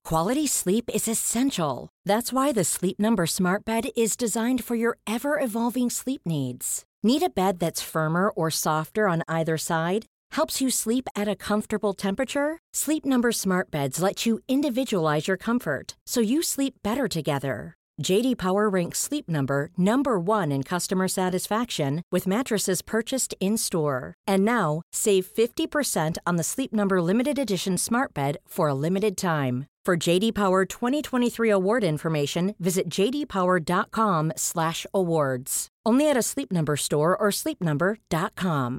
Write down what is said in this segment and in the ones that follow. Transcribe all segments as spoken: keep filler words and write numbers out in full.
Quality sleep is essential. That's why the Sleep Number Smart Bed is designed for your ever-evolving sleep needs. Need a bed that's firmer or softer on either side? Helps you sleep at a comfortable temperature? Sleep Number Smart Beds let you individualize your comfort, so you sleep better together. J D Power ranks Sleep Number number one in customer satisfaction with mattresses purchased in-store. And now, save fifty percent on the Sleep Number Limited Edition Smart Bed for a limited time. For J D Power twenty twenty-three award information, visit j d power dot com slash awards. Only at a Sleep Number store or sleep number dot com.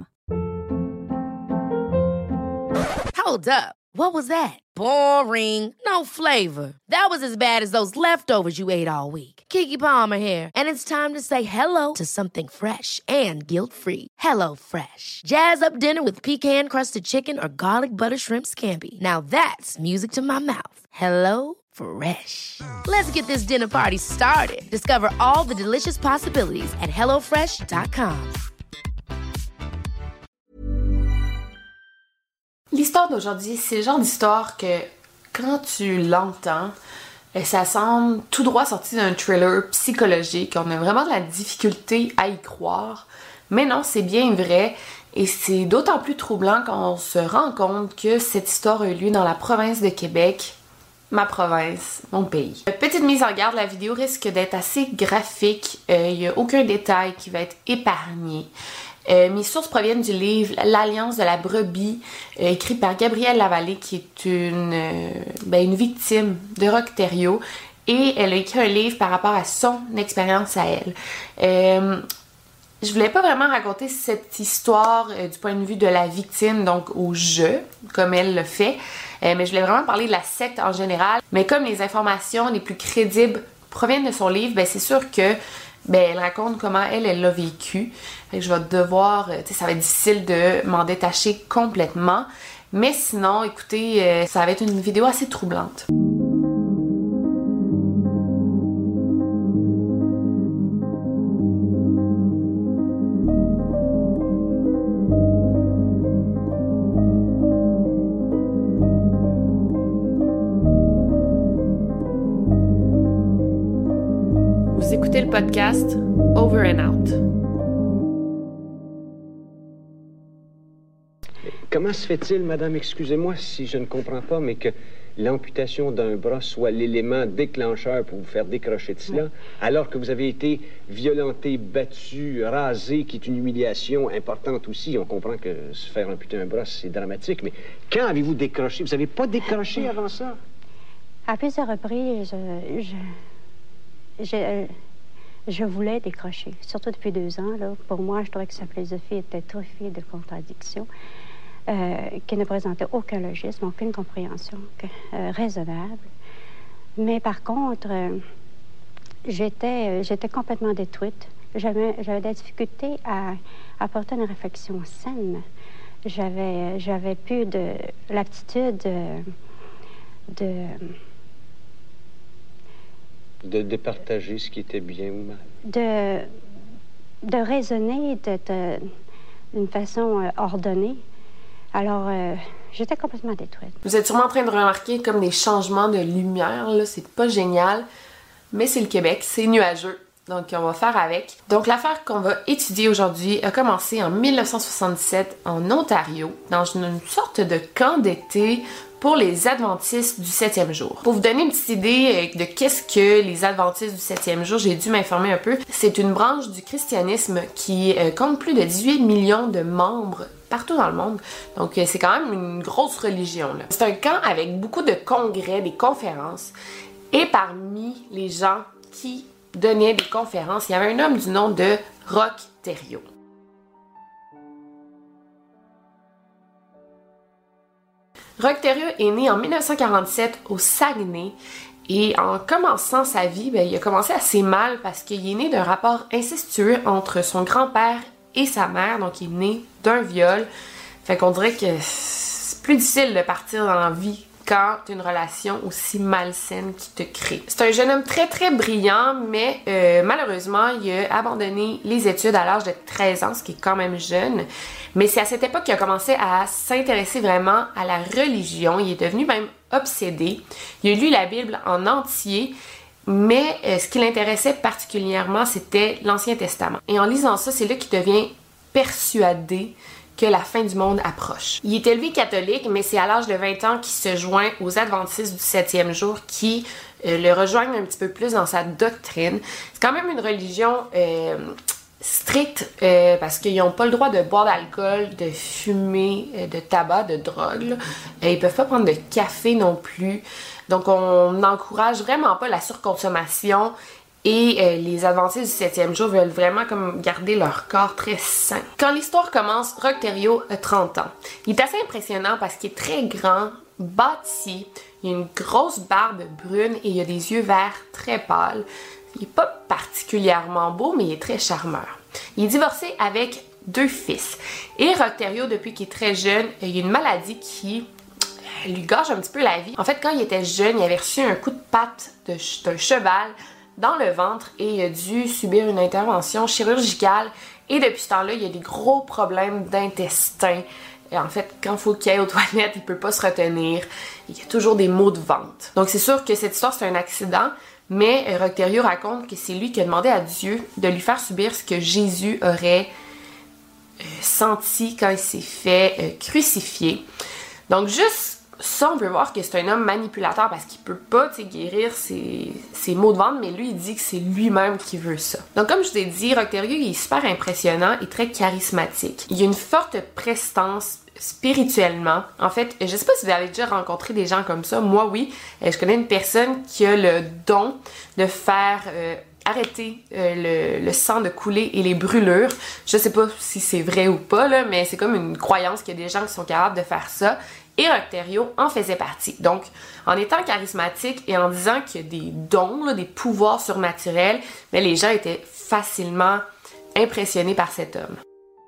Hold up. What was that? Boring. No flavor. That was as bad as those leftovers you ate all week. Keke Palmer here, and it's time to say hello to something fresh and guilt-free. Hello Fresh. Jazz up dinner with pecan-crusted chicken or garlic butter shrimp scampi. Now that's music to my mouth. Hello Fresh. Let's get this dinner party started. Discover all the delicious possibilities at hello fresh dot com. L'histoire d'aujourd'hui, c'est le genre d'histoire que, quand tu l'entends, ça semble tout droit sorti d'un thriller psychologique. On a vraiment de la difficulté à y croire. Mais non, c'est bien vrai. Et c'est d'autant plus troublant quand on se rend compte que cette histoire a eu lieu dans la province de Québec. Ma province, mon pays. Petite mise en garde, la vidéo risque d'être assez graphique. Il euh, n'y a aucun détail qui va être épargné. Euh, mes sources proviennent du livre L'Alliance de la brebis, euh, écrit par Gabrielle Lavallée, qui est une, euh, ben, une victime de Roch Thériault, et elle a écrit un livre par rapport à son expérience à elle. Euh, je voulais pas vraiment raconter cette histoire euh, du point de vue de la victime, donc au jeu, comme elle le fait, euh, mais je voulais vraiment parler de la secte en général. Mais comme les informations les plus crédibles proviennent de son livre, ben, c'est sûr que ben, elle raconte comment elle, elle l'a vécu. Fait que je vais devoir, tu sais, ça va être difficile de m'en détacher complètement. Mais sinon, écoutez, euh, ça va être une vidéo assez troublante. Vous écoutez le podcast Over and Out. Comment se fait-il, madame, excusez-moi si je ne comprends pas, mais que l'amputation d'un bras soit l'élément déclencheur pour vous faire décrocher de cela, alors que vous avez été violenté, battu, rasé, qui est une humiliation importante aussi. On comprend que se faire amputer un bras, c'est dramatique, mais quand avez-vous décroché? Vous n'avez pas décroché avant ça? À plusieurs reprises, je... je... Je, je voulais décrocher, surtout depuis deux ans. Là. Pour moi, je trouvais que sa philosophie était truffée de contradictions, euh, qui ne présentait aucun logisme, aucune compréhension euh, raisonnable. Mais par contre, euh, j'étais, j'étais complètement détruite. J'avais, j'avais de la difficulté à apporter une réflexion saine. J'avais, j'avais plus de l'aptitude de... de De départager ce qui était bien ou mal. De, de raisonner de, de, d'une façon euh, ordonnée. Alors, euh, j'étais complètement détruite. Vous êtes sûrement en train de remarquer comme des changements de lumière, là, c'est pas génial, mais c'est le Québec, c'est nuageux, donc on va faire avec. Donc l'affaire qu'on va étudier aujourd'hui a commencé en dix-neuf cent soixante-dix-sept en Ontario, dans une, une sorte de camp d'été pour les Adventistes du septième jour. Pour vous donner une petite idée de qu'est-ce que les Adventistes du septième jour, j'ai dû m'informer un peu. C'est une branche du christianisme qui compte plus de dix-huit millions de membres partout dans le monde. Donc c'est quand même une grosse religion, là. C'est un camp avec beaucoup de congrès, des conférences. Et parmi les gens qui donnaient des conférences, il y avait un homme du nom de Roch Thériault. Roch Thériault est né en dix-neuf cent quarante-sept au Saguenay et en commençant sa vie, ben, il a commencé assez mal parce qu'il est né d'un rapport incestueux entre son grand-père et sa mère, donc il est né d'un viol. Fait qu'on dirait que c'est plus difficile de partir dans la vie quand tu as une relation aussi malsaine qui te crée. C'est un jeune homme très très brillant, mais euh, malheureusement, il a abandonné les études à l'âge de treize ans, ce qui est quand même jeune. Mais c'est à cette époque qu'il a commencé à s'intéresser vraiment à la religion. Il est devenu même obsédé. Il a lu la Bible en entier, mais euh, ce qui l'intéressait particulièrement, c'était l'Ancien Testament. Et en lisant ça, c'est là qu'il devient persuadé que la fin du monde approche. Il est élevé catholique, mais c'est à l'âge de vingt ans qu'il se joint aux Adventistes du septième jour qui euh, le rejoignent un petit peu plus dans sa doctrine. C'est quand même une religion euh, stricte euh, parce qu'ils n'ont pas le droit de boire d'alcool, de fumer, euh, de tabac, de drogue. Euh, ils peuvent pas prendre de café non plus. Donc on n'encourage vraiment pas la surconsommation. Et euh, les Adventistes du septième jour veulent vraiment comme garder leur corps très sain. Quand l'histoire commence, Rock Thériault a trente ans. Il est assez impressionnant parce qu'il est très grand, bâti, il a une grosse barbe brune et il a des yeux verts très pâles. Il n'est pas particulièrement beau, mais il est très charmeur. Il est divorcé avec deux fils. Et Rock Thériault, depuis qu'il est très jeune, il a une maladie qui lui gâche un petit peu la vie. En fait, quand il était jeune, il avait reçu un coup de patte de, d'un cheval dans le ventre et il a dû subir une intervention chirurgicale et depuis ce temps-là, il y a des gros problèmes d'intestin. Et en fait, quand il faut qu'il aille aux toilettes, il peut pas se retenir. Il y a toujours des maux de ventre. Donc c'est sûr que cette histoire, c'est un accident, mais Rock Thériault raconte que c'est lui qui a demandé à Dieu de lui faire subir ce que Jésus aurait euh, senti quand il s'est fait euh, crucifier. Donc juste ça, on peut voir que c'est un homme manipulateur parce qu'il peut pas guérir ses, ses maux de ventre, mais lui, il dit que c'est lui-même qui veut ça. Donc, comme je vous ai dit, Rock Thériault, il est super impressionnant et très charismatique. Il a une forte prestance spirituellement. En fait, je sais pas si vous avez déjà rencontré des gens comme ça. Moi, oui. Je connais une personne qui a le don de faire... Euh, arrêter euh, le, le sang de couler et les brûlures. Je sais pas si c'est vrai ou pas, là, mais c'est comme une croyance qu'il y a des gens qui sont capables de faire ça. Et Rock Thériault en faisait partie. Donc, en étant charismatique et en disant qu'il y a des dons, là, des pouvoirs surnaturels, mais les gens étaient facilement impressionnés par cet homme.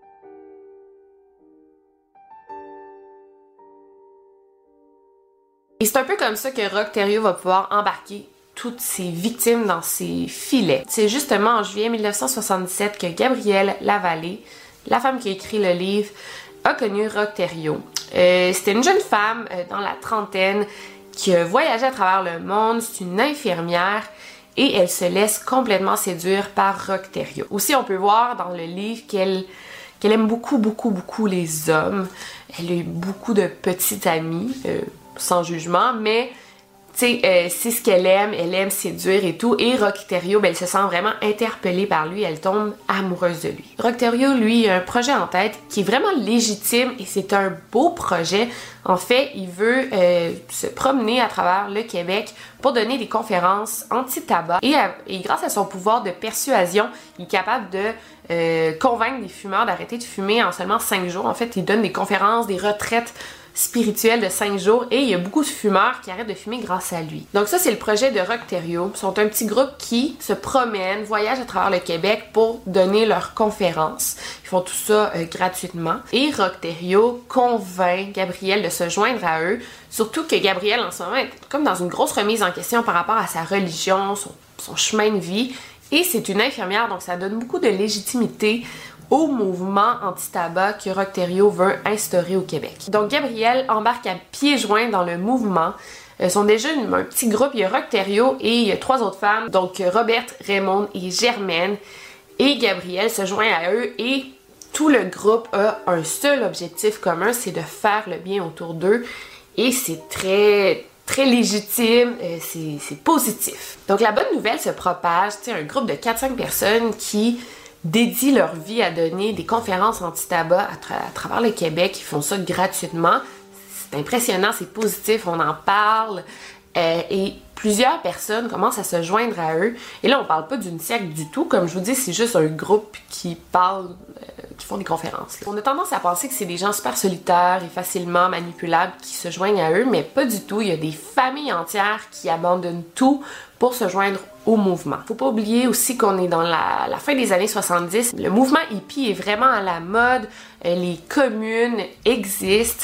Et c'est un peu comme ça que Rock Thériault va pouvoir embarquer toutes ses victimes dans ses filets. C'est justement en juillet mille neuf cent soixante-dix-sept que Gabrielle Lavallée, la femme qui a écrit le livre, a connu Rock Thériault. Euh, c'était une jeune femme euh, dans la trentaine qui a voyagé à travers le monde. C'est une infirmière et elle se laisse complètement séduire par Rock Thériault. Aussi, on peut voir dans le livre qu'elle qu'elle aime beaucoup, beaucoup, beaucoup les hommes. Elle a eu beaucoup de petits amis, euh, sans jugement, mais tu sais, euh, c'est ce qu'elle aime, elle aime séduire et tout. Et Rock Thériault, ben, elle se sent vraiment interpellée par lui, elle tombe amoureuse de lui. Rock Thériault, lui, a un projet en tête qui est vraiment légitime et c'est un beau projet. En fait, il veut euh, se promener à travers le Québec pour donner des conférences anti-tabac. Et, et grâce à son pouvoir de persuasion, il est capable de euh, convaincre des fumeurs d'arrêter de fumer en seulement cinq jours. En fait, il donne des conférences, des retraites spirituel de cinq jours et il y a beaucoup de fumeurs qui arrêtent de fumer grâce à lui. Donc ça, c'est le projet de Rock Thériault. Ils sont un petit groupe qui se promène, voyage à travers le Québec pour donner leurs conférences. Ils font tout ça euh, gratuitement. Et Rock Thériault convainc Gabrielle de se joindre à eux, surtout que Gabrielle, en ce moment, est comme dans une grosse remise en question par rapport à sa religion, son, son chemin de vie. Et c'est une infirmière, donc ça donne beaucoup de légitimité au mouvement anti-tabac que Rock Thériault veut instaurer au Québec. Donc Gabrielle embarque à pieds joints dans le mouvement. Ils sont déjà une, un petit groupe, il y a Rock Thériault et il y a trois autres femmes, donc Roberte, Raymonde et Germaine. Et Gabrielle se joint à eux et tout le groupe a un seul objectif commun, c'est de faire le bien autour d'eux. Et c'est très... très légitime, euh, c'est, c'est positif. Donc la bonne nouvelle se propage, tu sais, un groupe de quatre cinq personnes qui dédient leur vie à donner des conférences anti-tabac à, tra- à travers le Québec, ils font ça gratuitement. C'est impressionnant, c'est positif, on en parle. Euh, et plusieurs personnes commencent à se joindre à eux. Et là, on parle pas d'une secte du tout. Comme je vous dis, c'est juste un groupe qui parle, euh, qui font des conférences. Là. On a tendance à penser que c'est des gens super solitaires et facilement manipulables qui se joignent à eux, mais pas du tout. Il y a des familles entières qui abandonnent tout pour se joindre au mouvement. Faut pas oublier aussi qu'on est dans la, la fin des années soixante-dix. Le mouvement hippie est vraiment à la mode. Euh, les communes existent.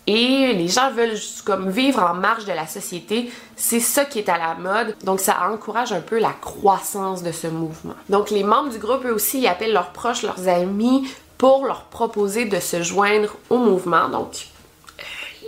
Et les gens veulent juste comme vivre en marge de la société. C'est ça qui est à la mode. Donc ça encourage un peu la croissance de ce mouvement. Donc les membres du groupe, eux aussi, ils appellent leurs proches, leurs amis pour leur proposer de se joindre au mouvement. Donc euh,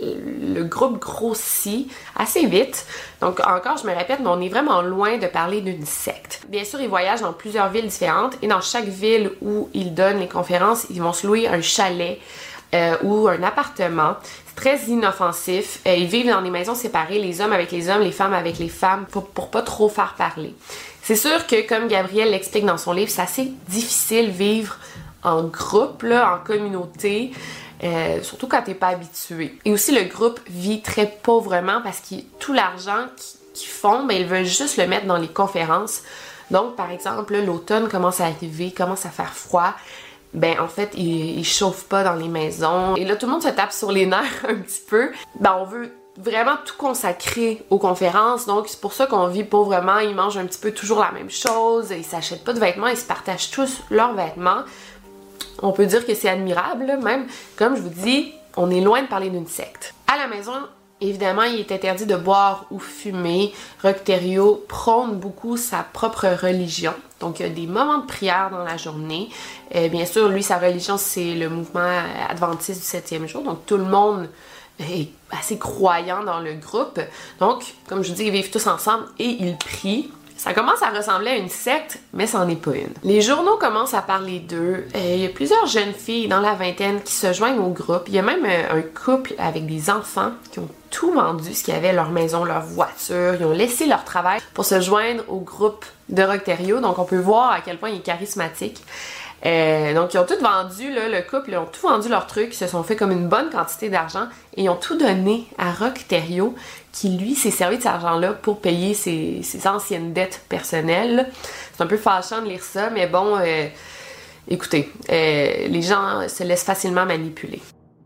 le groupe grossit assez vite. Donc encore, je me répète, mais on est vraiment loin de parler d'une secte. Bien sûr, ils voyagent dans plusieurs villes différentes et dans chaque ville où ils donnent les conférences, ils vont se louer un chalet euh, ou un appartement. C'est très inoffensif. Euh, ils vivent dans des maisons séparées, les hommes avec les hommes, les femmes avec les femmes, pour, pour pas trop faire parler. C'est sûr que, comme Gabrielle l'explique dans son livre, c'est assez difficile vivre en groupe, là, en communauté. Euh, surtout quand t'es pas habitué. Et aussi, le groupe vit très pauvrement parce que tout l'argent qu'ils font, ben, ils veulent juste le mettre dans les conférences. Donc, par exemple, l'automne commence à arriver, commence à faire froid. Ben, en fait, ils, ils chauffent pas dans les maisons. Et là, tout le monde se tape sur les nerfs un petit peu. Ben, on veut vraiment tout consacrer aux conférences. Donc, c'est pour ça qu'on vit pauvrement. Ils mangent un petit peu toujours la même chose. Ils s'achètent pas de vêtements. Ils se partagent tous leurs vêtements. On peut dire que c'est admirable, là, même. Comme je vous dis, on est loin de parler d'une secte. À la maison, évidemment, il est interdit de boire ou fumer. Rock Terrio prône beaucoup sa propre religion. Donc, il y a des moments de prière dans la journée. Euh, bien sûr, lui, sa religion, c'est le mouvement adventiste du septième jour. Donc, tout le monde est assez croyant dans le groupe. Donc, comme je vous dis, ils vivent tous ensemble et ils prient. Ça commence à ressembler à une secte, mais c'en est pas une. Les journaux commencent à parler d'eux. Euh, il y a plusieurs jeunes filles dans la vingtaine qui se joignent au groupe. Il y a même euh, un couple avec des enfants qui ont tout vendu, ce qu'il y avait, leur maison, leur voiture. Ils ont laissé leur travail pour se joindre au groupe de Rock Terrio. Donc on peut voir à quel point il est charismatique. Euh, donc ils ont tout vendu, là, le couple, ils ont tout vendu leurs trucs, ils se sont fait comme une bonne quantité d'argent et ils ont tout donné à Rock Terrio qui lui s'est servi de cet argent-là pour payer ses, ses anciennes dettes personnelles. C'est un peu fâchant de lire ça, mais bon, euh, écoutez, euh, les gens se laissent facilement manipuler.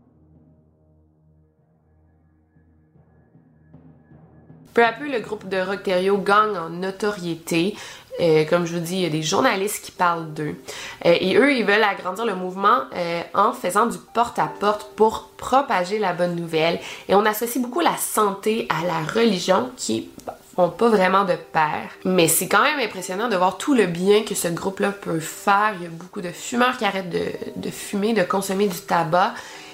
Peu à peu, le groupe de Rock Terrio gagne en notoriété. Euh, comme je vous dis, il y a des journalistes qui parlent d'eux. Euh, et eux, ils veulent agrandir le mouvement euh, en faisant du porte-à-porte pour propager la bonne nouvelle. Et on associe beaucoup la santé à la religion qui bon, font pas vraiment de pair. Mais c'est quand même impressionnant de voir tout le bien que ce groupe-là peut faire. Il y a beaucoup de fumeurs qui arrêtent de, de fumer, de consommer du tabac.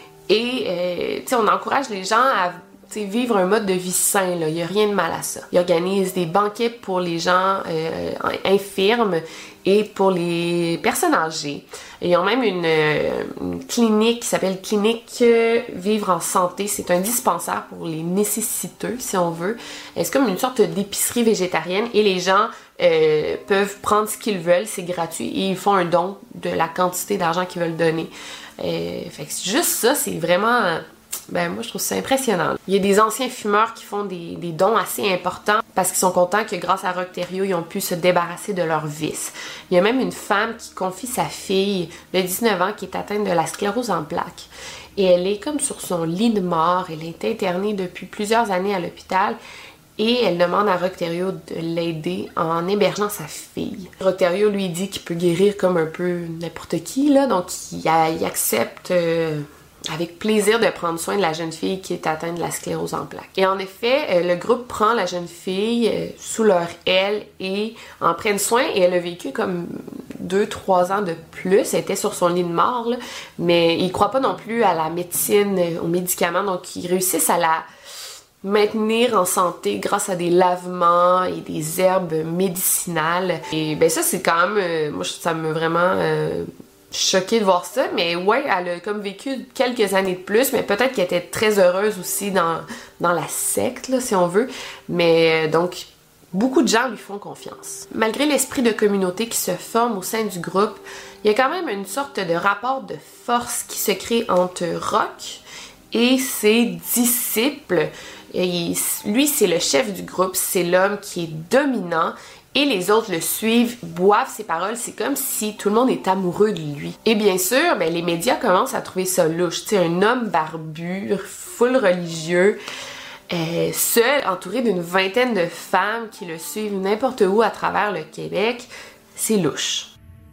Et euh, tu sais, on encourage les gens à vivre un mode de vie sain, là. Il n'y a rien de mal à ça. Ils organisent des banquets pour les gens euh, infirmes et pour les personnes âgées. Et ils ont même une, une clinique qui s'appelle Clinique Vivre en Santé. C'est un dispensaire pour les nécessiteux, si on veut. C'est comme une sorte d'épicerie végétarienne et les gens euh, peuvent prendre ce qu'ils veulent, c'est gratuit et ils font un don de la quantité d'argent qu'ils veulent donner. Euh, fait que juste ça, c'est vraiment... Ben moi je trouve ça impressionnant. Il y a des anciens fumeurs qui font des, des dons assez importants parce qu'ils sont contents que grâce à Rock Terrio, ils ont pu se débarrasser de leurs vices. Il y a même une femme qui confie sa fille de dix-neuf ans qui est atteinte de la sclérose en plaques. Et elle est comme sur son lit de mort. Elle est internée depuis plusieurs années à l'hôpital. Et elle demande à Rock Terrio de l'aider en hébergeant sa fille. Rock Terrio lui dit qu'il peut guérir comme un peu n'importe qui, là. Donc il, il accepte... Euh, avec plaisir de prendre soin de la jeune fille qui est atteinte de la sclérose en plaques. Et en effet, euh, le groupe prend la jeune fille euh, sous leur aile et en prennent soin et elle a vécu comme deux, trois ans de plus. Elle était sur son lit de mort, là, mais ils croient pas non plus à la médecine, euh, aux médicaments, donc ils réussissent à la maintenir en santé grâce à des lavements et des herbes médicinales. Et ben ça, c'est quand même... Euh, moi, ça me vraiment... Euh, choquée de voir ça, mais ouais, elle a comme vécu quelques années de plus, mais peut-être qu'elle était très heureuse aussi dans, dans la secte, là, si on veut. Mais donc, beaucoup de gens lui font confiance. Malgré l'esprit de communauté qui se forme au sein du groupe, il y a quand même une sorte de rapport de force qui se crée entre Rock et ses disciples. Et lui, c'est le chef du groupe, c'est l'homme qui est dominant. Et les autres le suivent, boivent ses paroles, c'est comme si tout le monde est amoureux de lui. Et bien sûr, ben, les médias commencent à trouver ça louche. Tu sais, un homme barbu, full religieux, euh, seul, entouré d'une vingtaine de femmes qui le suivent n'importe où à travers le Québec, c'est louche.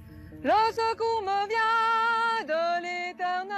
Le secours me vient de l'Éternel.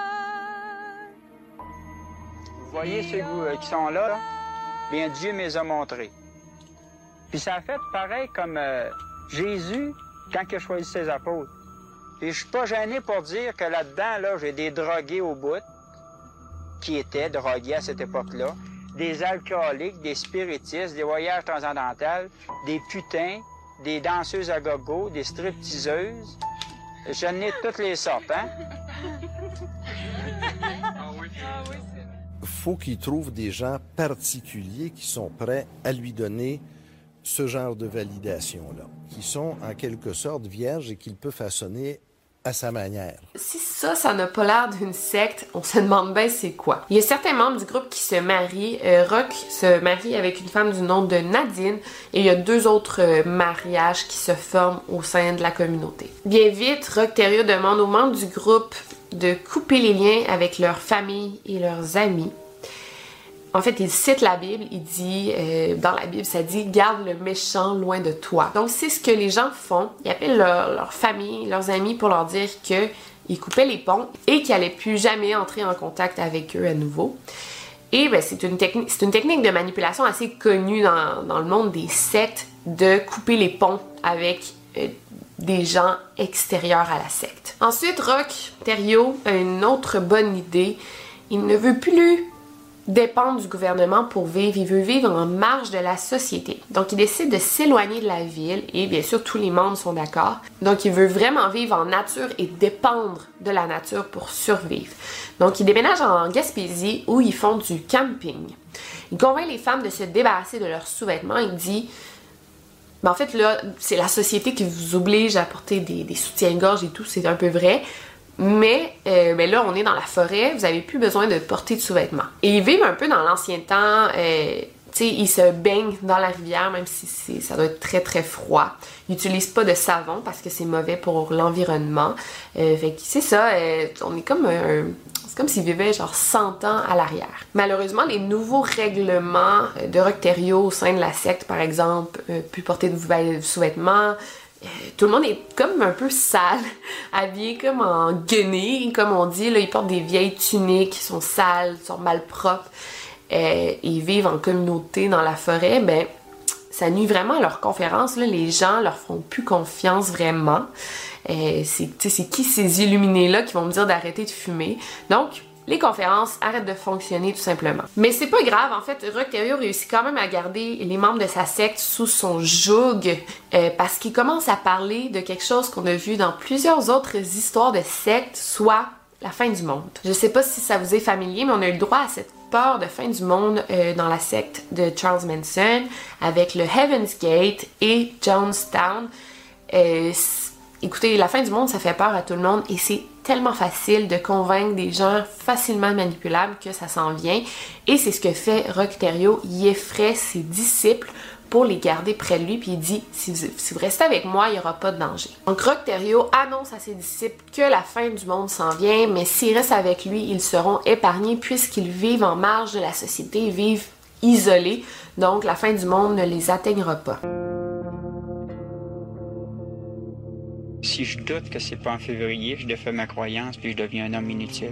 Vous voyez ceux qui sont là, là? Bien, Dieu me les a montrés. Puis ça a fait pareil comme euh, Jésus quand il a choisi ses apôtres. Puis je suis pas gêné pour dire que là-dedans, là, j'ai des drogués au bout. qui étaient drogués à cette époque-là, des alcooliques, des spiritistes, des voyeurs transcendantales, des putains, des danseuses à gogo, des stripteaseuses. Je n'ai toutes les sortes, hein? Faut qu'il trouve des gens particuliers qui sont prêts à lui donner ce genre de validation-là, qui sont en quelque sorte vierges et qu'il peut façonner à sa manière. Si ça, ça n'a pas l'air d'une secte, on se demande bien c'est quoi. Il y a certains membres du groupe qui se marient. Euh, Rock se marie avec une femme du nom de Nadine et il y a deux autres euh, mariages qui se forment au sein de la communauté. Bien vite, Rock Terrio demande aux membres du groupe de couper les liens avec leur famille et leurs amis. En fait, il cite la Bible, il dit, euh, dans la Bible, ça dit « Garde le méchant loin de toi ». Donc, c'est ce que les gens font. Ils appellent leur, leur famille, leurs amis pour leur dire qu'ils coupaient les ponts et qu'ils n'allaient plus jamais entrer en contact avec eux à nouveau. Et ben, c'est une technique, c'est une technique de manipulation assez connue dans, dans le monde des sectes de couper les ponts avec euh, des gens extérieurs à la secte. Ensuite, Rock Terrio a une autre bonne idée. Il ne veut plus dépendre du gouvernement pour vivre, il veut vivre en marge de la société. Donc il décide de s'éloigner de la ville et bien sûr tous les membres sont d'accord. Donc il veut vraiment vivre en nature et dépendre de la nature pour survivre. Donc il déménage en Gaspésie où ils font du camping. Il convainc les femmes de se débarrasser de leurs sous-vêtements. Il dit ben en fait là c'est la société qui vous oblige à porter des, des soutiens-gorge et tout, c'est un peu vrai. Mais, euh, ben là, on est dans la forêt, vous avez plus besoin de porter de sous-vêtements. Et ils vivent un peu dans l'ancien temps, euh, tu sais, ils se baignent dans la rivière, même si c'est, ça doit être très très froid. Ils n'utilisent pas de savon parce que c'est mauvais pour l'environnement. Euh, fait que c'est ça, euh, on est comme un... C'est comme s'ils vivaient genre cent ans à l'arrière. Malheureusement, les nouveaux règlements de Rock Terrio au sein de la secte, par exemple, euh, plus porter de sous-vêtements, Euh, tout le monde est comme un peu sale, habillé comme en guenille, comme on dit. Là, ils portent des vieilles tuniques, ils sont sales, ils sont malpropres. Euh, ils vivent en communauté dans la forêt. Ben, ça nuit vraiment à leur conférence. Là. Les gens leur font plus confiance vraiment. Euh, c'est, c'est qui ces illuminés-là qui vont me dire d'arrêter de fumer? Donc, les conférences arrêtent de fonctionner tout simplement. Mais c'est pas grave, en fait, Rock Terrio réussit quand même à garder les membres de sa secte sous son joug euh, parce qu'il commence à parler de quelque chose qu'on a vu dans plusieurs autres histoires de sectes, soit la fin du monde. Je sais pas si ça vous est familier, mais on a eu le droit à cette peur de fin du monde euh, dans la secte de Charles Manson avec le Heaven's Gate et Jonestown. Euh, Écoutez, la fin du monde, ça fait peur à tout le monde et c'est tellement facile de convaincre des gens facilement manipulables que ça s'en vient. Et c'est ce que fait Rock Terrio. Il effraie ses disciples pour les garder près de lui puis il dit si vous, si vous restez avec moi, il n'y aura pas de danger. Donc Rock Terrio annonce à ses disciples que la fin du monde s'en vient, mais s'ils restent avec lui, ils seront épargnés puisqu'ils vivent en marge de la société, ils vivent isolés. Donc la fin du monde ne les atteignera pas. Si je doute que c'est pas en février, je défais ma croyance puis je deviens un homme inutile.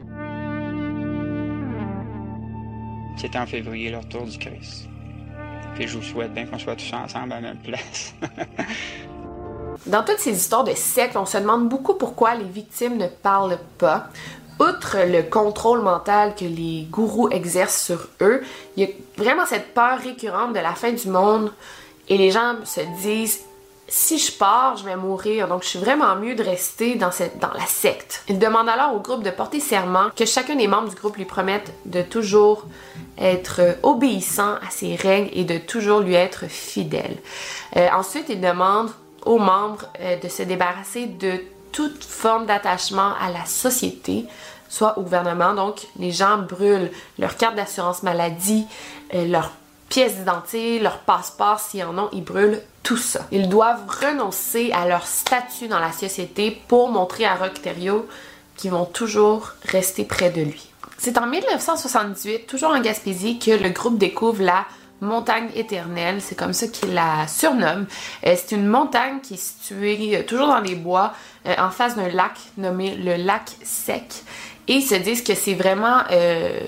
C'était en février le retour du Christ. Puis je vous souhaite bien qu'on soit tous ensemble à la même place. Dans toutes ces histoires de sectes, on se demande beaucoup pourquoi les victimes ne parlent pas. Outre le contrôle mental que les gourous exercent sur eux, il y a vraiment cette peur récurrente de la fin du monde et les gens se disent si je pars, je vais mourir, donc je suis vraiment mieux de rester dans, cette, dans la secte. Il demande alors au groupe de porter serment, que chacun des membres du groupe lui promette de toujours être obéissant à ses règles et de toujours lui être fidèle. Euh, ensuite, il demande aux membres euh, de se débarrasser de toute forme d'attachement à la société, soit au gouvernement. Donc, les gens brûlent leur carte d'assurance maladie, euh, leur pièces d'identité, leur passeport, s'ils en ont, ils brûlent tout ça. Ils doivent renoncer à leur statut dans la société pour montrer à Rock Terrio qu'ils vont toujours rester près de lui. C'est en dix-neuf cent soixante-dix-huit, toujours en Gaspésie, que le groupe découvre la montagne éternelle, c'est comme ça qu'ils la surnomment. Euh, c'est une montagne qui est située euh, toujours dans les bois, euh, en face d'un lac nommé le lac Sec. Et ils se disent que c'est vraiment... Euh,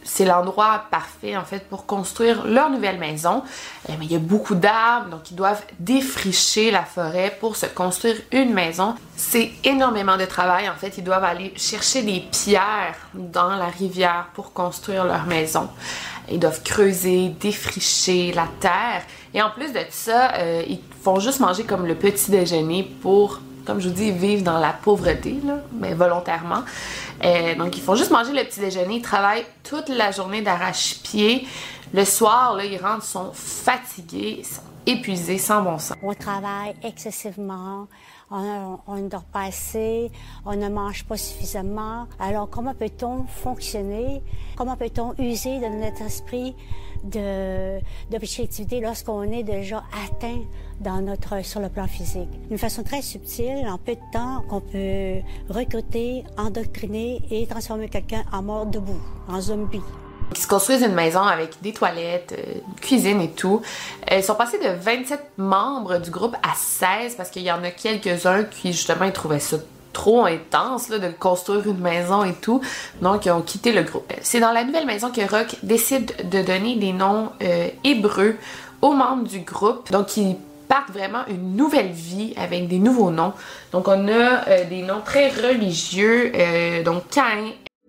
c'est l'endroit parfait en fait pour construire leur nouvelle maison. Euh, mais il y a beaucoup d'arbres, donc ils doivent défricher la forêt pour se construire une maison. C'est énormément de travail en fait. Ils doivent aller chercher des pierres dans la rivière pour construire leur maison. Ils doivent creuser, défricher la terre. Et en plus de ça, euh, ils font juste manger comme le petit déjeuner pour, comme je vous dis, vivre dans la pauvreté, là, mais volontairement. Euh, donc, ils font juste manger le petit déjeuner. Ils travaillent toute la journée d'arrache-pied. Le soir, là, ils rentrent, sont fatigués, ils sont épuisés, sans bon sens. On travaille excessivement, on, on ne dort pas assez, on ne mange pas suffisamment. Alors, comment peut-on fonctionner? Comment peut-on user de notre esprit de, d'objectivité lorsqu'on est déjà atteint dans notre, sur le plan physique? D'une façon très subtile, en peu de temps, qu'on peut recruter, endoctriner et transformer quelqu'un en mort debout, en zombie. Ils se construisent une maison avec des toilettes, euh, une cuisine et tout. Euh, ils sont passés de vingt-sept membres du groupe à seize parce qu'il y en a quelques-uns qui, justement, ils trouvaient ça trop intense là, de construire une maison et tout. Donc, ils ont quitté le groupe. C'est dans la nouvelle maison que Rock décide de donner des noms euh, hébreux aux membres du groupe. Donc, ils partent vraiment une nouvelle vie avec des nouveaux noms. Donc, on a euh, des noms très religieux. Euh, donc, Caïn.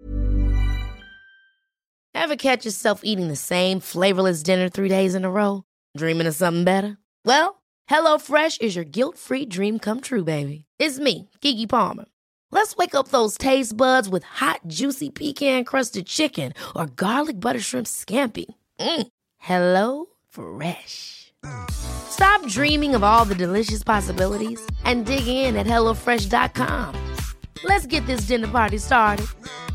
Ever catch yourself eating the same flavorless dinner three days in a row? Dreaming of something better? Well, HelloFresh is your guilt-free dream come true, baby. It's me, Keke Palmer. Let's wake up those taste buds with hot, juicy pecan-crusted chicken or garlic butter shrimp scampi. Mm. Hello Fresh. Stop dreaming of all the delicious possibilities and dig in at hello fresh dot com. Let's get this dinner party started.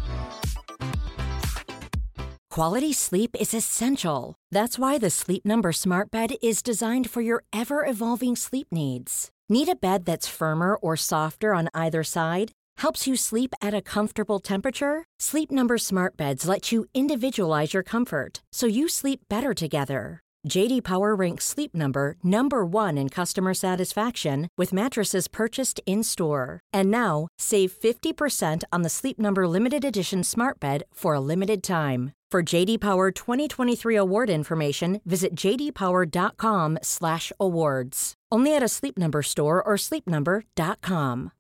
Quality sleep is essential. That's why the Sleep Number Smart Bed is designed for your ever-evolving sleep needs. Need a bed that's firmer or softer on either side? Helps you sleep at a comfortable temperature? Sleep Number Smart Beds let you individualize your comfort, so you sleep better together. J D Power ranks Sleep Number number one in customer satisfaction with mattresses purchased in-store. And now, save fifty percent on the Sleep Number Limited Edition Smart Bed for a limited time. For J D Power twenty twenty-three award information, visit j d power dot com slash awards. Only at a Sleep Number store or sleep number dot com.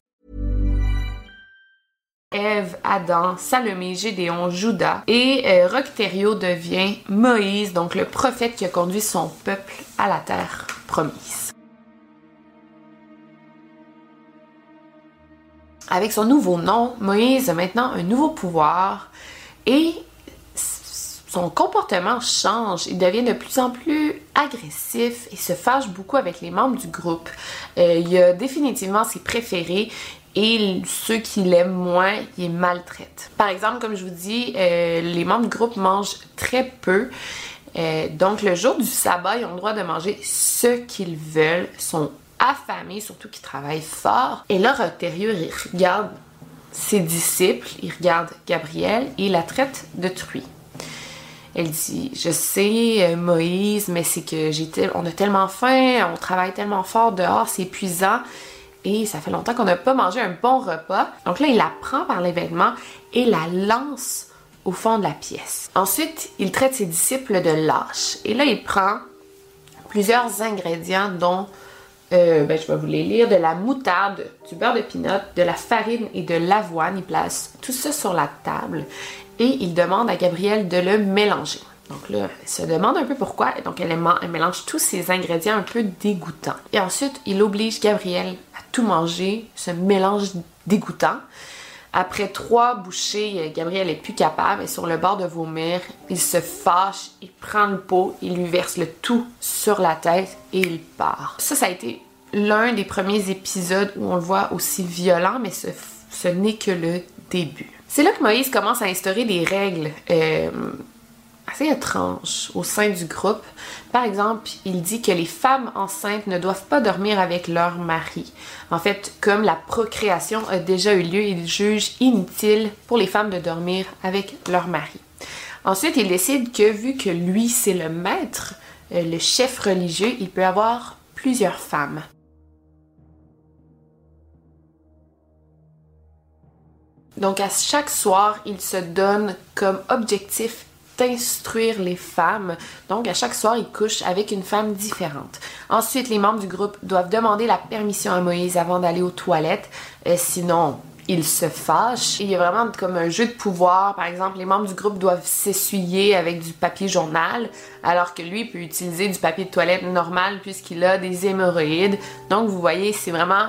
Ève, Adam, Salomé, Gédéon, Judas et euh, Rock-Thériault devient Moïse, donc le prophète qui a conduit son peuple à la terre promise. Avec son nouveau nom, Moïse a maintenant un nouveau pouvoir et son comportement change. Il devient de plus en plus agressif et se fâche beaucoup avec les membres du groupe. Euh, il a définitivement ses préférés. Et ceux qui l'aiment moins, ils les maltraitent. Par exemple, comme je vous dis, euh, les membres du groupe mangent très peu. Euh, donc, le jour du sabbat, ils ont le droit de manger ce qu'ils veulent. Ils sont affamés, surtout qu'ils travaillent fort. Et là, Rock-Thériault, il regarde ses disciples, il regarde Gabrielle et il la traite de truie. Elle dit, je sais, Moïse, mais c'est que j'ai tel... on a tellement faim, on travaille tellement fort dehors, c'est épuisant. Et ça fait longtemps qu'on n'a pas mangé un bon repas. Donc là, il la prend par les vêtements et la lance au fond de la pièce. Ensuite, il traite ses disciples de lâches. Et là, il prend plusieurs ingrédients dont, euh, ben, je vais vous les lire, de la moutarde, du beurre de pinot, de la farine et de l'avoine. Il place tout ça sur la table et il demande à Gabrielle de le mélanger. Donc là, elle se demande un peu pourquoi. Donc elle, elle mélange tous ces ingrédients un peu dégoûtants. Et ensuite, il oblige Gabrielle à tout manger, ce mélange dégoûtant. Après trois bouchées, Gabrielle est plus capable, et sur le bord de vomir, il se fâche, il prend le pot, il lui verse le tout sur la tête et il part. Ça, ça a été l'un des premiers épisodes où on le voit aussi violent, mais ce, ce n'est que le début. C'est là que Moïse commence à instaurer des règles euh, assez étranges au sein du groupe. Par exemple, il dit que les femmes enceintes ne doivent pas dormir avec leur mari. En fait, comme la procréation a déjà eu lieu, il juge inutile pour les femmes de dormir avec leur mari. Ensuite, il décide que vu que lui, c'est le maître, le chef religieux, il peut avoir plusieurs femmes. Donc, à chaque soir, il se donne comme objectif instruire les femmes. Donc, à chaque soir, il couche avec une femme différente. Ensuite, les membres du groupe doivent demander la permission à Moïse avant d'aller aux toilettes. Euh, sinon, il se fâche. Il y a vraiment comme un jeu de pouvoir. Par exemple, les membres du groupe doivent s'essuyer avec du papier journal, alors que lui peut utiliser du papier de toilette normal puisqu'il a des hémorroïdes. Donc, vous voyez, c'est vraiment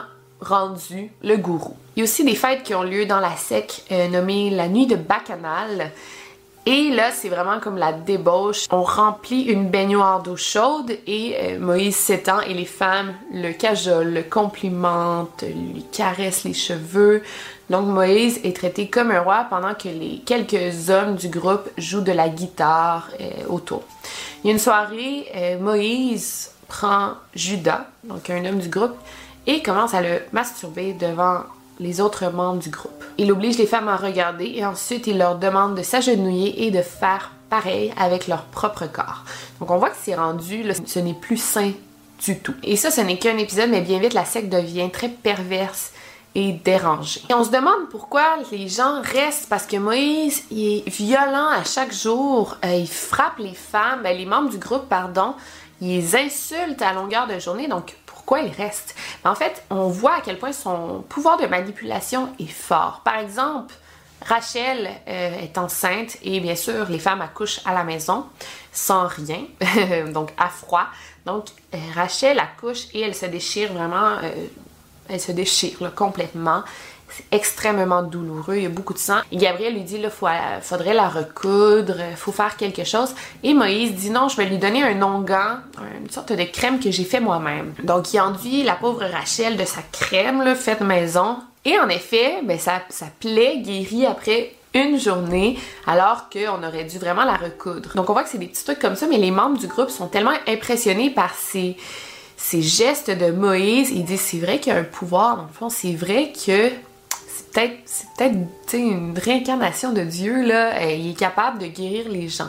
rendu le gourou. Il y a aussi des fêtes qui ont lieu dans la secte euh, nommée la nuit de Bacchanal. Et là, c'est vraiment comme la débauche. On remplit une baignoire d'eau chaude et euh, Moïse s'étend et les femmes le cajolent, le complimentent, lui caressent les cheveux. Donc Moïse est traité comme un roi pendant que les quelques hommes du groupe jouent de la guitare euh, autour. Il y a une soirée, euh, Moïse prend Judas, donc un homme du groupe, et commence à le masturber devant les autres membres du groupe. Il oblige les femmes à regarder et ensuite il leur demande de s'agenouiller et de faire pareil avec leur propre corps. Donc on voit que c'est rendu, là, ce n'est plus sain du tout. Et ça, ce n'est qu'un épisode, mais bien vite la secte devient très perverse et dérangée. Et on se demande pourquoi les gens restent, parce que Moïse, il est violent à chaque jour, euh, il frappe les femmes, ben, les membres du groupe, pardon, il les insulte à longueur de journée, donc pourquoi il reste? En fait, on voit à quel point son pouvoir de manipulation est fort. Par exemple, Rachel euh, est enceinte et bien sûr, les femmes accouchent à la maison sans rien, donc à froid. Donc, euh, Rachel accouche et elle se déchire vraiment, euh, elle se déchire là, complètement. C'est extrêmement douloureux, il y a beaucoup de sang. Et Gabriel lui dit, il faudrait la recoudre, il faut faire quelque chose. Et Moïse dit, non, je vais lui donner un onguent, une sorte de crème que j'ai fait moi-même. Donc, il enduit la pauvre Rachel de sa crème, là, faite maison. Et en effet, ben, sa, sa plaie guérit après une journée, alors qu'on aurait dû vraiment la recoudre. Donc, on voit que c'est des petits trucs comme ça, mais les membres du groupe sont tellement impressionnés par ces... ces gestes de Moïse. Ils disent, c'est vrai qu'il y a un pouvoir, dans le fond, c'est vrai que peut-être, c'est peut-être une réincarnation de Dieu, là. Il est capable de guérir les gens.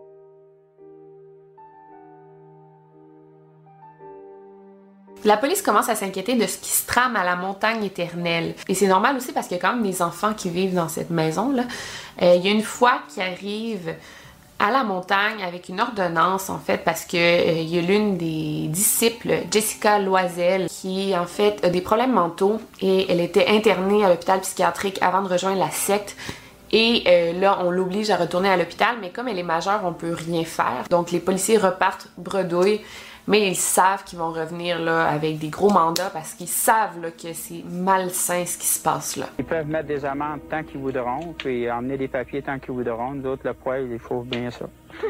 La police commence à s'inquiéter de ce qui se trame à la montagne éternelle. Et c'est normal aussi parce qu'il y a quand même des enfants qui vivent dans cette maison-là. Euh, il y a une fois qui arrive à la montagne avec une ordonnance, en fait, parce que euh, il y a l'une des disciples, Jessica Loisel, qui, en fait, a des problèmes mentaux et elle était internée à l'hôpital psychiatrique avant de rejoindre la secte. Et euh, là, on l'oblige à retourner à l'hôpital, mais comme elle est majeure, on peut rien faire. Donc, les policiers repartent bredouille, mais ils savent qu'ils vont revenir là avec des gros mandats parce qu'ils savent là, que c'est malsain ce qui se passe là. Ils peuvent mettre des amendes tant qu'ils voudront, puis emmener des papiers tant qu'ils voudront. Nous autres, le poil, il faut bien ça.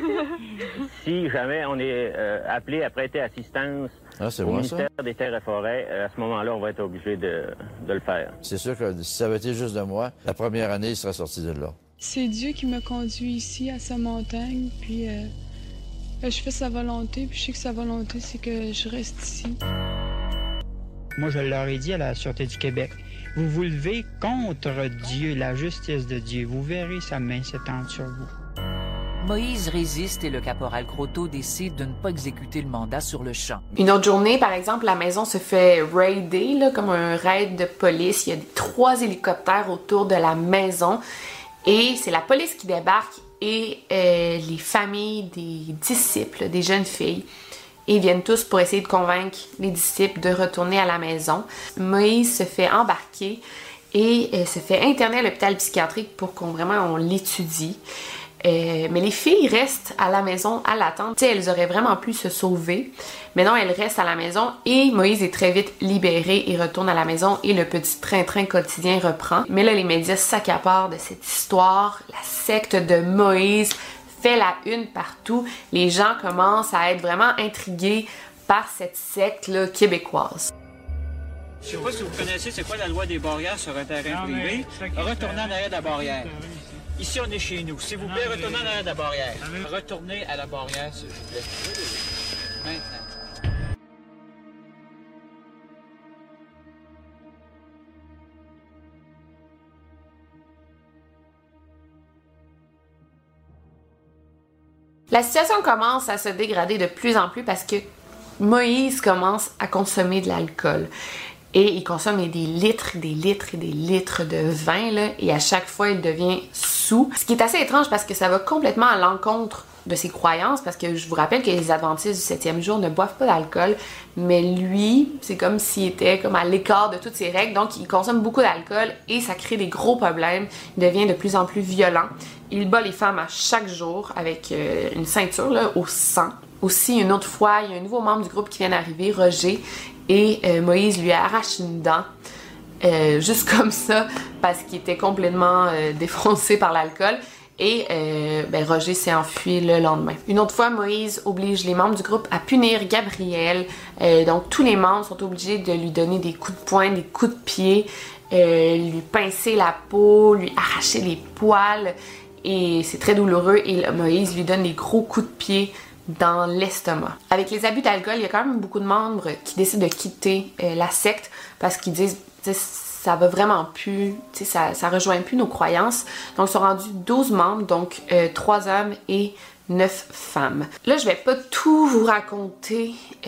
Si jamais on est euh, appelé à prêter assistance ah, au bon, ministère ça? des Terres et Forêts, à ce moment-là, on va être obligé de, de le faire. C'est sûr que si ça avait été juste de moi, la première année, il serait sorti de là. C'est Dieu qui m'a conduit ici, à sa montagne, puis... Euh... Je fais sa volonté, puis je sais que sa volonté, c'est que je reste ici. Moi, je leur ai dit à la Sûreté du Québec, vous vous levez contre Dieu, la justice de Dieu. Vous verrez sa main s'étendre sur vous. Moïse résiste et le caporal Croteau décide de ne pas exécuter le mandat sur le champ. Une autre journée, par exemple, la maison se fait raider, là, comme un raid de police. Il y a des, trois hélicoptères autour de la maison et c'est la police qui débarque et euh, les familles des disciples, des jeunes filles, et ils viennent tous pour essayer de convaincre les disciples de retourner à la maison. Moïse se fait embarquer et euh, se fait interner à l'hôpital psychiatrique pour qu'on vraiment on l'étudie. Euh, mais les filles restent à la maison à l'attente. Tu sais, elles auraient vraiment pu se sauver, mais non, elles restent à la maison et Moïse est très vite libéré et retourne à la maison et le petit train-train quotidien reprend. Mais là, les médias s'accaparent de cette histoire. La secte de Moïse fait la une partout. Les gens commencent à être vraiment intrigués par cette secte-là québécoise. Je sais pas si vous connaissez c'est quoi la loi des barrières sur un terrain privé. Retournez en arrière de la barrière. Ici, on est chez nous. S'il vous plaît, retournez en arrière de la barrière. Retournez à la barrière, s'il vous plaît. Maintenant. La situation commence à se dégrader de plus en plus parce que Moïse commence à consommer de l'alcool. Et il consomme des litres, des litres et des litres de vin, là, et à chaque fois, il devient saoul. Ce qui est assez étrange parce que ça va complètement à l'encontre de ses croyances, parce que je vous rappelle que les adventistes du septième jour ne boivent pas d'alcool, mais lui, c'est comme s'il était comme à l'écart de toutes ses règles, donc il consomme beaucoup d'alcool et ça crée des gros problèmes. Il devient de plus en plus violent. Il bat les femmes à chaque jour avec euh, une ceinture là, au sang. Aussi, une autre fois, il y a un nouveau membre du groupe qui vient d'arriver, Roger, et euh, Moïse lui arrache une dent, euh, juste comme ça, parce qu'il était complètement euh, défoncé par l'alcool. Et euh, ben, Roger s'est enfui le lendemain. Une autre fois, Moïse oblige les membres du groupe à punir Gabriel. Euh, donc tous les membres sont obligés de lui donner des coups de poing, des coups de pied, euh, lui pincer la peau, lui arracher les poils. Et c'est très douloureux. Et Moïse lui donne des gros coups de pied dans l'estomac. Avec les abus d'alcool, il y a quand même beaucoup de membres qui décident de quitter euh, la secte parce qu'ils disent ça va vraiment plus, tu sais, ça, ça rejoint plus nos croyances. Donc, ils sont rendus douze membres, donc euh, trois hommes et neuf femmes. Là, je vais pas tout vous raconter euh,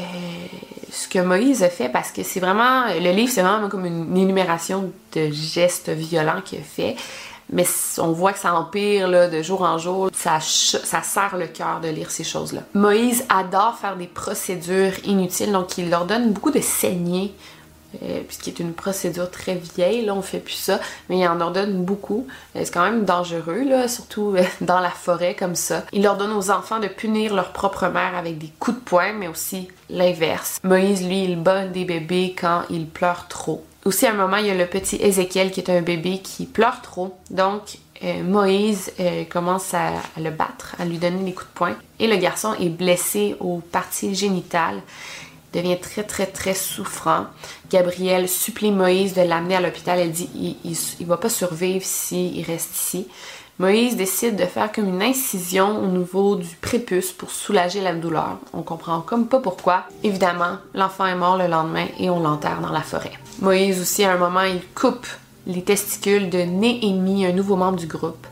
ce que Moïse a fait parce que c'est vraiment, le livre, c'est vraiment comme une énumération de gestes violents qu'il a fait. Mais on voit que ça empire là, de jour en jour. Ça, ça serre le cœur de lire ces choses-là. Moïse adore faire des procédures inutiles, donc il leur donne beaucoup de saignées. Euh, puisqu'il est une procédure très vieille, là on fait plus ça, mais il en ordonne beaucoup. Euh, c'est quand même dangereux, là, surtout euh, dans la forêt comme ça. Il ordonne aux enfants de punir leur propre mère avec des coups de poing, mais aussi l'inverse. Moïse, lui, il bat des bébés quand ils pleurent trop. Aussi, à un moment, il y a le petit Ézéchiel qui est un bébé qui pleure trop, donc euh, Moïse euh, commence à, à le battre, à lui donner des coups de poing, et le garçon est blessé aux parties génitales. Devient très très très souffrant. Gabrielle supplie Moïse de l'amener à l'hôpital. Elle dit il, il, il va pas survivre s'il reste ici. Moïse décide de faire comme une incision au niveau du prépuce pour soulager la douleur. On comprend comme pas pourquoi. Évidemment, l'enfant est mort le lendemain et on l'enterre dans la forêt. Moïse aussi, à un moment, il coupe les testicules de Néhémie, un nouveau membre du groupe.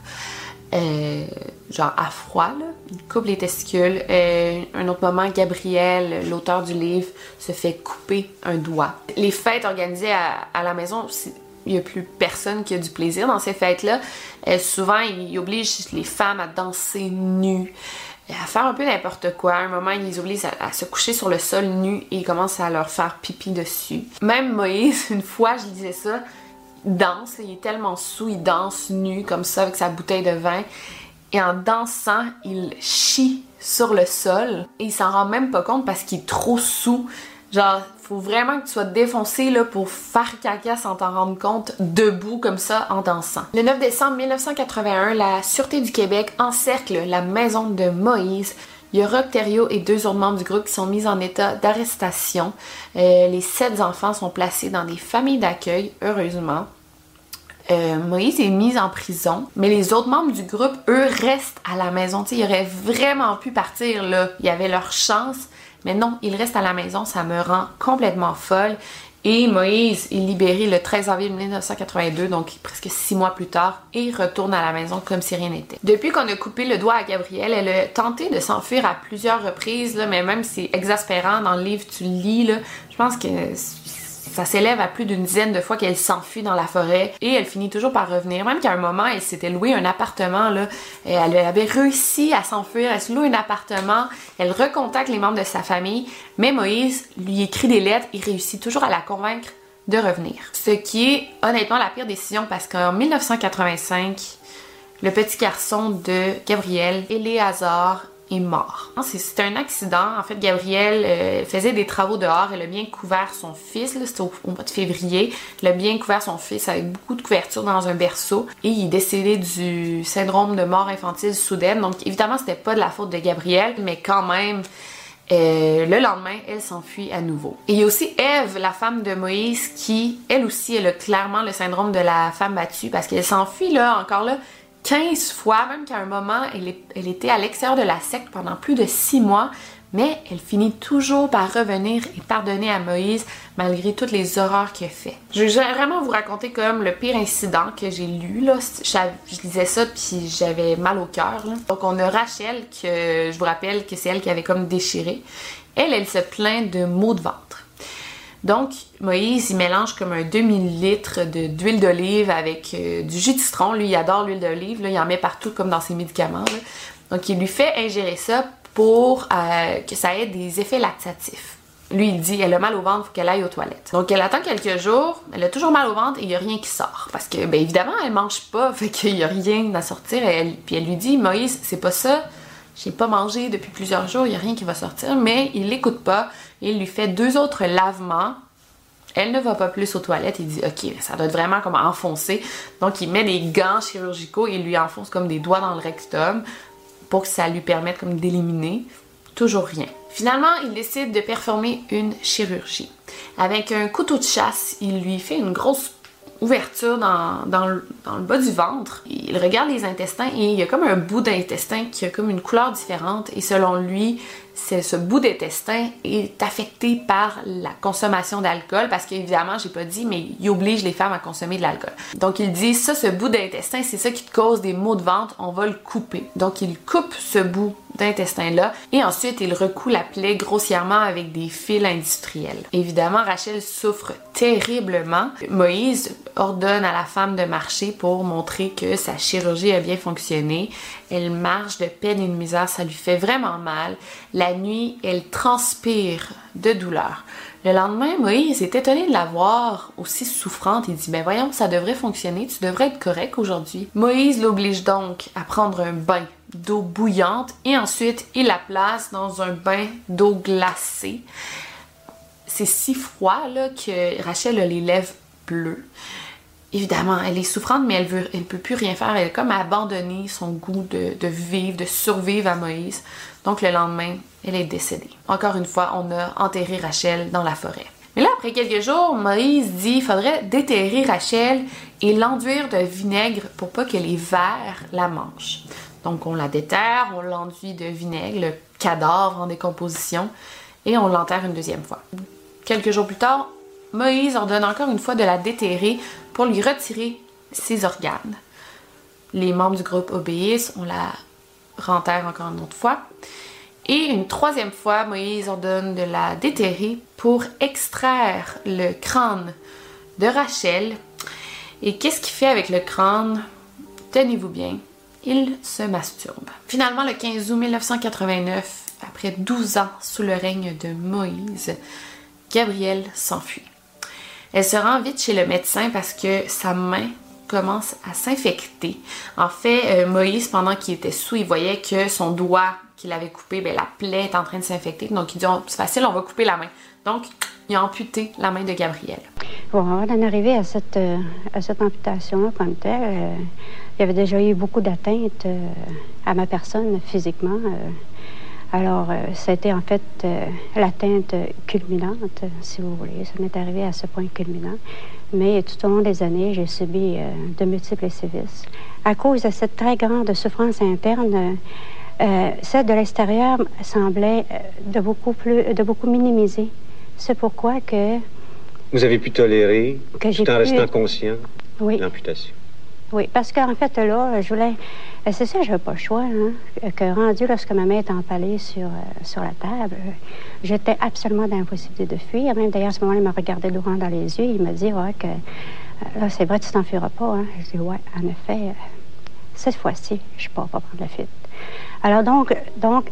Euh, genre à froid, là. Il coupe les testicules. Euh, un autre moment, Gabriel, l'auteur du livre, se fait couper un doigt. Les fêtes organisées à, à la maison, il n'y a plus personne qui a du plaisir dans ces fêtes-là. Euh, souvent, il oblige les femmes à danser nues, à faire un peu n'importe quoi. À un moment, il les oblige à, à se coucher sur le sol nu et il commence à leur faire pipi dessus. Même Moïse, une fois, je disais ça, danse, il est tellement saoul, il danse nu comme ça avec sa bouteille de vin et en dansant, il chie sur le sol et il s'en rend même pas compte parce qu'il est trop saoul. Genre, faut vraiment que tu sois défoncé là, pour faire caca sans t'en rendre compte debout comme ça en dansant. Le neuf décembre mille neuf cent quatre-vingt-un, la Sûreté du Québec encercle la maison de Moïse. Il y a Roch Thériault et deux autres membres du groupe qui sont mis en état d'arrestation. Euh, les sept enfants sont placés dans des familles d'accueil, heureusement. Euh, Moïse est mis en prison, mais les autres membres du groupe, eux, restent à la maison. T'sais, ils auraient vraiment pu partir, là. Il y avait leur chance, mais non, ils restent à la maison. Ça me rend complètement folle. Et Moïse est libéré le treize avril mille neuf cent quatre-vingt-deux, donc presque six mois plus tard, et retourne à la maison comme si rien n'était. Depuis qu'on a coupé le doigt à Gabrielle, elle a tenté de s'enfuir à plusieurs reprises, là, mais même si c'est exaspérant, dans le livre tu le lis, là, je pense que ça s'élève à plus d'une dizaine de fois qu'elle s'enfuit dans la forêt et elle finit toujours par revenir. Même qu'à un moment, elle s'était loué un appartement, là, elle avait réussi à s'enfuir, elle se loue un appartement, elle recontacte les membres de sa famille, mais Moïse lui écrit des lettres, il réussit toujours à la convaincre de revenir. Ce qui est honnêtement la pire décision parce qu'en mille neuf cent quatre-vingt-cinq, le petit garçon de Gabrielle, Éléazar, est mort. C'est un accident. En fait, Gabrielle euh, faisait des travaux dehors. Elle a bien couvert son fils. C'était au, au mois de février. Elle a bien couvert son fils avec beaucoup de couverture dans un berceau. Et il est décédé du syndrome de mort infantile soudaine. Donc, évidemment, c'était pas de la faute de Gabrielle, mais quand même, euh, le lendemain, elle s'enfuit à nouveau. Et il y a aussi Ève, la femme de Moïse, qui, elle aussi, elle a clairement le syndrome de la femme battue parce qu'elle s'enfuit, là, encore là, quinze fois, même qu'à un moment, elle, est, elle était à l'extérieur de la secte pendant plus de six mois, mais elle finit toujours par revenir et pardonner à Moïse malgré toutes les horreurs qu'il a fait. Je vais vraiment vous raconter comme le pire incident que j'ai lu, là. Je lisais ça puis j'avais mal au cœur, là. Donc on a Rachel, que je vous rappelle que c'est elle qui avait comme déchiré. Elle, elle se plaint de maux de ventre. Donc, Moïse, il mélange comme un demi-litre de, d'huile d'olive avec euh, du jus de citron. Lui, il adore l'huile d'olive, là, il en met partout comme dans ses médicaments. Là. Donc, il lui fait ingérer ça pour euh, que ça ait des effets laxatifs. Lui, il dit, elle a mal au ventre, il faut qu'elle aille aux toilettes. Donc, elle attend quelques jours, elle a toujours mal au ventre et il n'y a rien qui sort. Parce que, bien évidemment, elle mange pas, fait qu'il n'y a rien à sortir. Elle, puis elle lui dit, Moïse, c'est pas ça, j'ai pas mangé depuis plusieurs jours, il n'y a rien qui va sortir. Mais il l'écoute pas et il lui fait deux autres lavements. Elle ne va pas plus aux toilettes, il dit, ok, ça doit être vraiment comme enfoncer. Donc, il met des gants chirurgicaux et il lui enfonce comme des doigts dans le rectum pour que ça lui permette comme d'éliminer. Toujours rien. Finalement, il décide de performer une chirurgie. Avec un couteau de chasse, il lui fait une grosse ouverture dans, dans, le, dans le bas du ventre. Il regarde les intestins et il y a comme un bout d'intestin qui a comme une couleur différente. Et selon lui, c'est ce bout d'intestin est affecté par la consommation d'alcool parce qu'évidemment, j'ai pas dit, mais il oblige les femmes à consommer de l'alcool. Donc il dit, ça, ce bout d'intestin, c'est ça qui te cause des maux de ventre, on va le couper. Donc il coupe ce bout d'intestin-là et ensuite il recoue la plaie grossièrement avec des fils industriels. Évidemment, Rachel souffre terriblement. Moïse ordonne à la femme de marcher pour montrer que sa chirurgie a bien fonctionné. Elle marche de peine et de misère, ça lui fait vraiment mal. La nuit, elle transpire de douleur. Le lendemain, Moïse est étonné de la voir aussi souffrante. Il dit, ben voyons, ça devrait fonctionner, tu devrais être correct aujourd'hui. Moïse l'oblige donc à prendre un bain d'eau bouillante et ensuite il la place dans un bain d'eau glacée. C'est si froid là, que Rachel a les lèvres bleues. Évidemment, elle est souffrante, mais elle veut, elle peut plus rien faire. Elle a comme abandonné son goût de, de vivre, de survivre à Moïse. Donc le lendemain, elle est décédée. Encore une fois, on a enterré Rachel dans la forêt. Mais là, après quelques jours, Moïse dit qu'il faudrait déterrer Rachel et l'enduire de vinaigre pour pas que les vers la mangent. Donc on la déterre, on l'enduit de vinaigre, le cadavre en décomposition, et on l'enterre une deuxième fois. Quelques jours plus tard, Moïse ordonne encore une fois de la déterrer pour lui retirer ses organes. Les membres du groupe obéissent, on la renterre encore une autre fois. Et une troisième fois, Moïse ordonne de la déterrer pour extraire le crâne de Rachel. Et qu'est-ce qu'il fait avec le crâne? Tenez-vous bien, il se masturbe. Finalement, le quinze août mille neuf cent quatre-vingt-neuf, après douze ans sous le règne de Moïse, Gabrielle s'enfuit. Elle se rend vite chez le médecin parce que sa main commence à s'infecter. En fait, euh, Moïse, pendant qu'il était sous, il voyait que son doigt qu'il avait coupé, ben, la plaie est en train de s'infecter. Donc il dit, oh, c'est facile, on va couper la main. Donc, il a amputé la main de Gabrielle. Bon, avant d'en arriver à cette, euh, à cette amputation-là comme telle, euh, il y avait déjà eu beaucoup d'atteintes euh, à ma personne physiquement. Euh, Alors, euh, ça a été en fait euh, l'atteinte culminante, si vous voulez. Ça m'est arrivé à ce point culminant. Mais tout au long des années, j'ai subi euh, de multiples sévices. À cause de cette très grande souffrance interne, euh, celle de l'extérieur semblait euh, de beaucoup plus, de beaucoup minimiser. C'est pourquoi que... Vous avez pu tolérer, que tout en pu... restant conscient, oui. l'amputation. Oui, parce qu'en fait, là, je voulais... C'est ça, j'avais pas le choix, hein, que rendu lorsque ma main est empalée sur, euh, sur la table, euh, j'étais absolument dans l'impossibilité de fuir. Même d'ailleurs, à ce moment-là, il m'a regardé droit dans les yeux. Il m'a dit, ouais, que... Euh, là, c'est vrai, tu t'enfuiras pas, hein. Je dis, ouais, en effet, euh, cette fois-ci, je ne pourrai pas prendre la fuite. Alors donc, donc,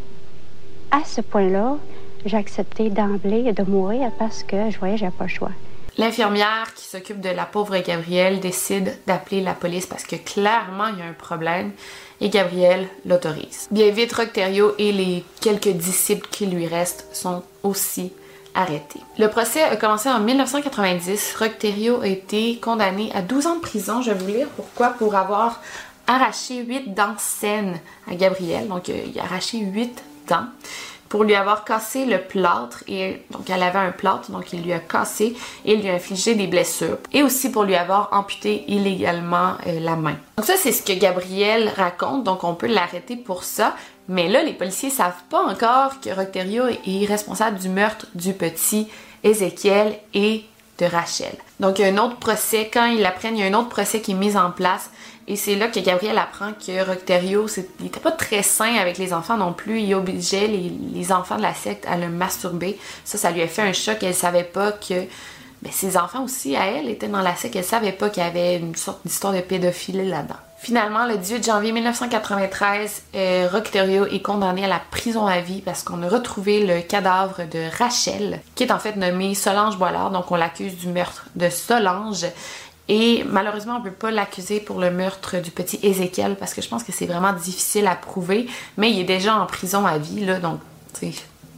à ce point-là, j'ai accepté d'emblée de mourir parce que je voyais que j'avais pas le choix. L'infirmière qui s'occupe de la pauvre Gabrielle décide d'appeler la police parce que clairement il y a un problème et Gabrielle l'autorise. Bien vite, Roch Thériault et les quelques disciples qui lui restent sont aussi arrêtés. Le procès a commencé en mille neuf cent quatre-vingt-dix. Roch Thériault a été condamné à douze ans de prison. Je vais vous lire pourquoi. Pour avoir arraché huit dents saines à Gabrielle. Donc il a arraché huit dents. Pour lui avoir cassé le plâtre, et donc elle avait un plâtre, donc il lui a cassé et lui a infligé des blessures. Et aussi pour lui avoir amputé illégalement euh, la main. Donc ça, c'est ce que Gabrielle raconte, donc on peut l'arrêter pour ça. Mais là, les policiers savent pas encore que Roch Thériault est responsable du meurtre du petit Ézéchiel et de Rachel. Donc il y a un autre procès, quand ils l'apprennent, il y a un autre procès qui est mis en place Et c'est là que Gabrielle apprend que Rock Terrio, il était pas très sain avec les enfants non plus. Il obligeait les, les enfants de la secte à le masturber. Ça, ça lui a fait un choc. Elle savait pas que ben, ses enfants aussi, à elle, étaient dans la secte. Elle savait pas qu'il y avait une sorte d'histoire de pédophilie là-dedans. Finalement, le dix-huit janvier mille neuf cent quatre-vingt-treize, euh, Rock Terrio est condamné à la prison à vie parce qu'on a retrouvé le cadavre de Rachel, qui est en fait nommée Solange Boilard. Donc, on l'accuse du meurtre de Solange. Et malheureusement, on ne peut pas l'accuser pour le meurtre du petit Ézéchiel parce que je pense que c'est vraiment difficile à prouver. Mais il est déjà en prison à vie, là, donc tu sais,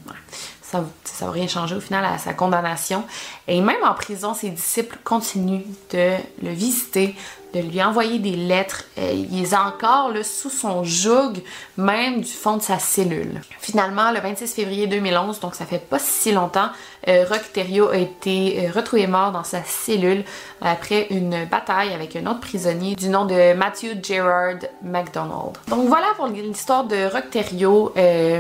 ça ne va rien changer au final à sa condamnation. Et même en prison, ses disciples continuent de le visiter, de lui envoyer des lettres. Il est encore là, sous son joug, même du fond de sa cellule. Finalement, le vingt-six février deux mille onze, donc ça fait pas si longtemps, euh, Rock Terrio a été euh, retrouvé mort dans sa cellule après une bataille avec un autre prisonnier du nom de Matthew Gerard McDonald. Donc voilà pour l'histoire de Rock Terrio. Euh,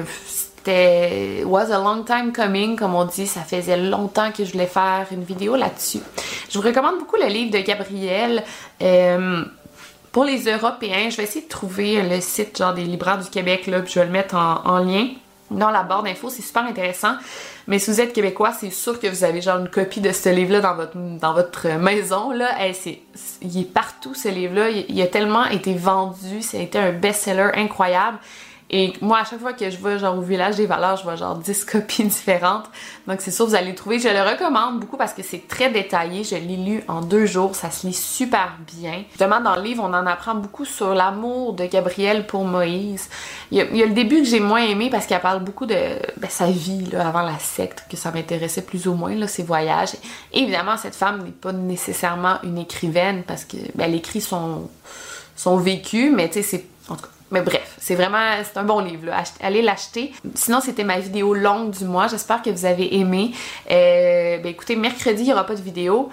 C'était was a long time coming, comme on dit. Ça faisait longtemps que je voulais faire une vidéo là-dessus. Je vous recommande beaucoup le livre de Gabrielle. Euh, pour les Européens, je vais essayer de trouver le site genre des libraires du Québec, là, puis je vais le mettre en, en lien dans la barre d'infos. C'est super intéressant. Mais si vous êtes québécois, c'est sûr que vous avez genre une copie de ce livre-là dans votre, dans votre maison. Là. Hey, c'est, il est partout, ce livre-là. Il, il a tellement été vendu. Ça a été un best-seller incroyable. Et moi, à chaque fois que je vais genre au Village des Valeurs, je vois genre dix copies différentes. Donc c'est sûr que vous allez le trouver. Je le recommande beaucoup parce que c'est très détaillé. Je l'ai lu en deux jours. Ça se lit super bien. Justement, dans le livre, on en apprend beaucoup sur l'amour de Gabrielle pour Moïse. Il y a, il y a le début que j'ai moins aimé parce qu'elle parle beaucoup de ben, sa vie là, avant la secte, que ça m'intéressait plus ou moins, là, ses voyages. Et évidemment, cette femme n'est pas nécessairement une écrivaine parce que ben, elle écrit son, son vécu, mais tu sais, c'est... En tout cas, mais bref, c'est vraiment, c'est un bon livre, là. Allez l'acheter. Sinon, c'était ma vidéo longue du mois. J'espère que vous avez aimé. Euh, ben écoutez, mercredi, il n'y aura pas de vidéo.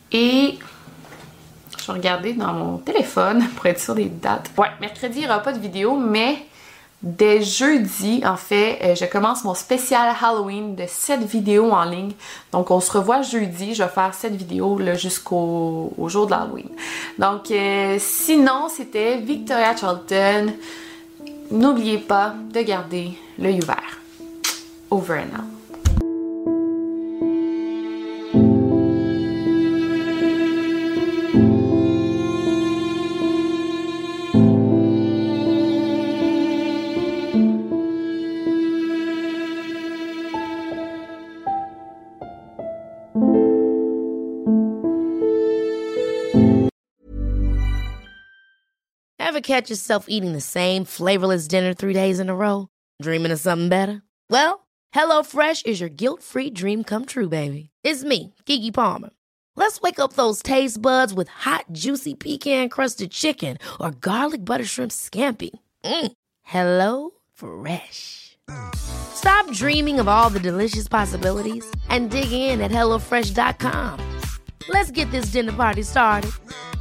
Et je vais regarder dans mon téléphone pour être sûre des dates. Ouais, mercredi, il n'y aura pas de vidéo, mais dès jeudi, en fait, euh, je commence mon spécial Halloween de sept vidéos en ligne. Donc, on se revoit jeudi. Je vais faire sept vidéos là, jusqu'au au jour de l'Halloween. Donc, euh, sinon, c'était Victoria Charlton. N'oubliez pas de garder l'œil ouvert. Over and out. Ever catch yourself eating the same flavorless dinner three days in a row? Dreaming of something better? Well, HelloFresh is your guilt-free dream come true, baby. It's me, Keke Palmer. Let's wake up those taste buds with hot, juicy pecan-crusted chicken or garlic butter shrimp scampi. Mm. Hello Fresh. Stop dreaming of all the delicious possibilities and dig in at hello fresh dot com. Let's get this dinner party started.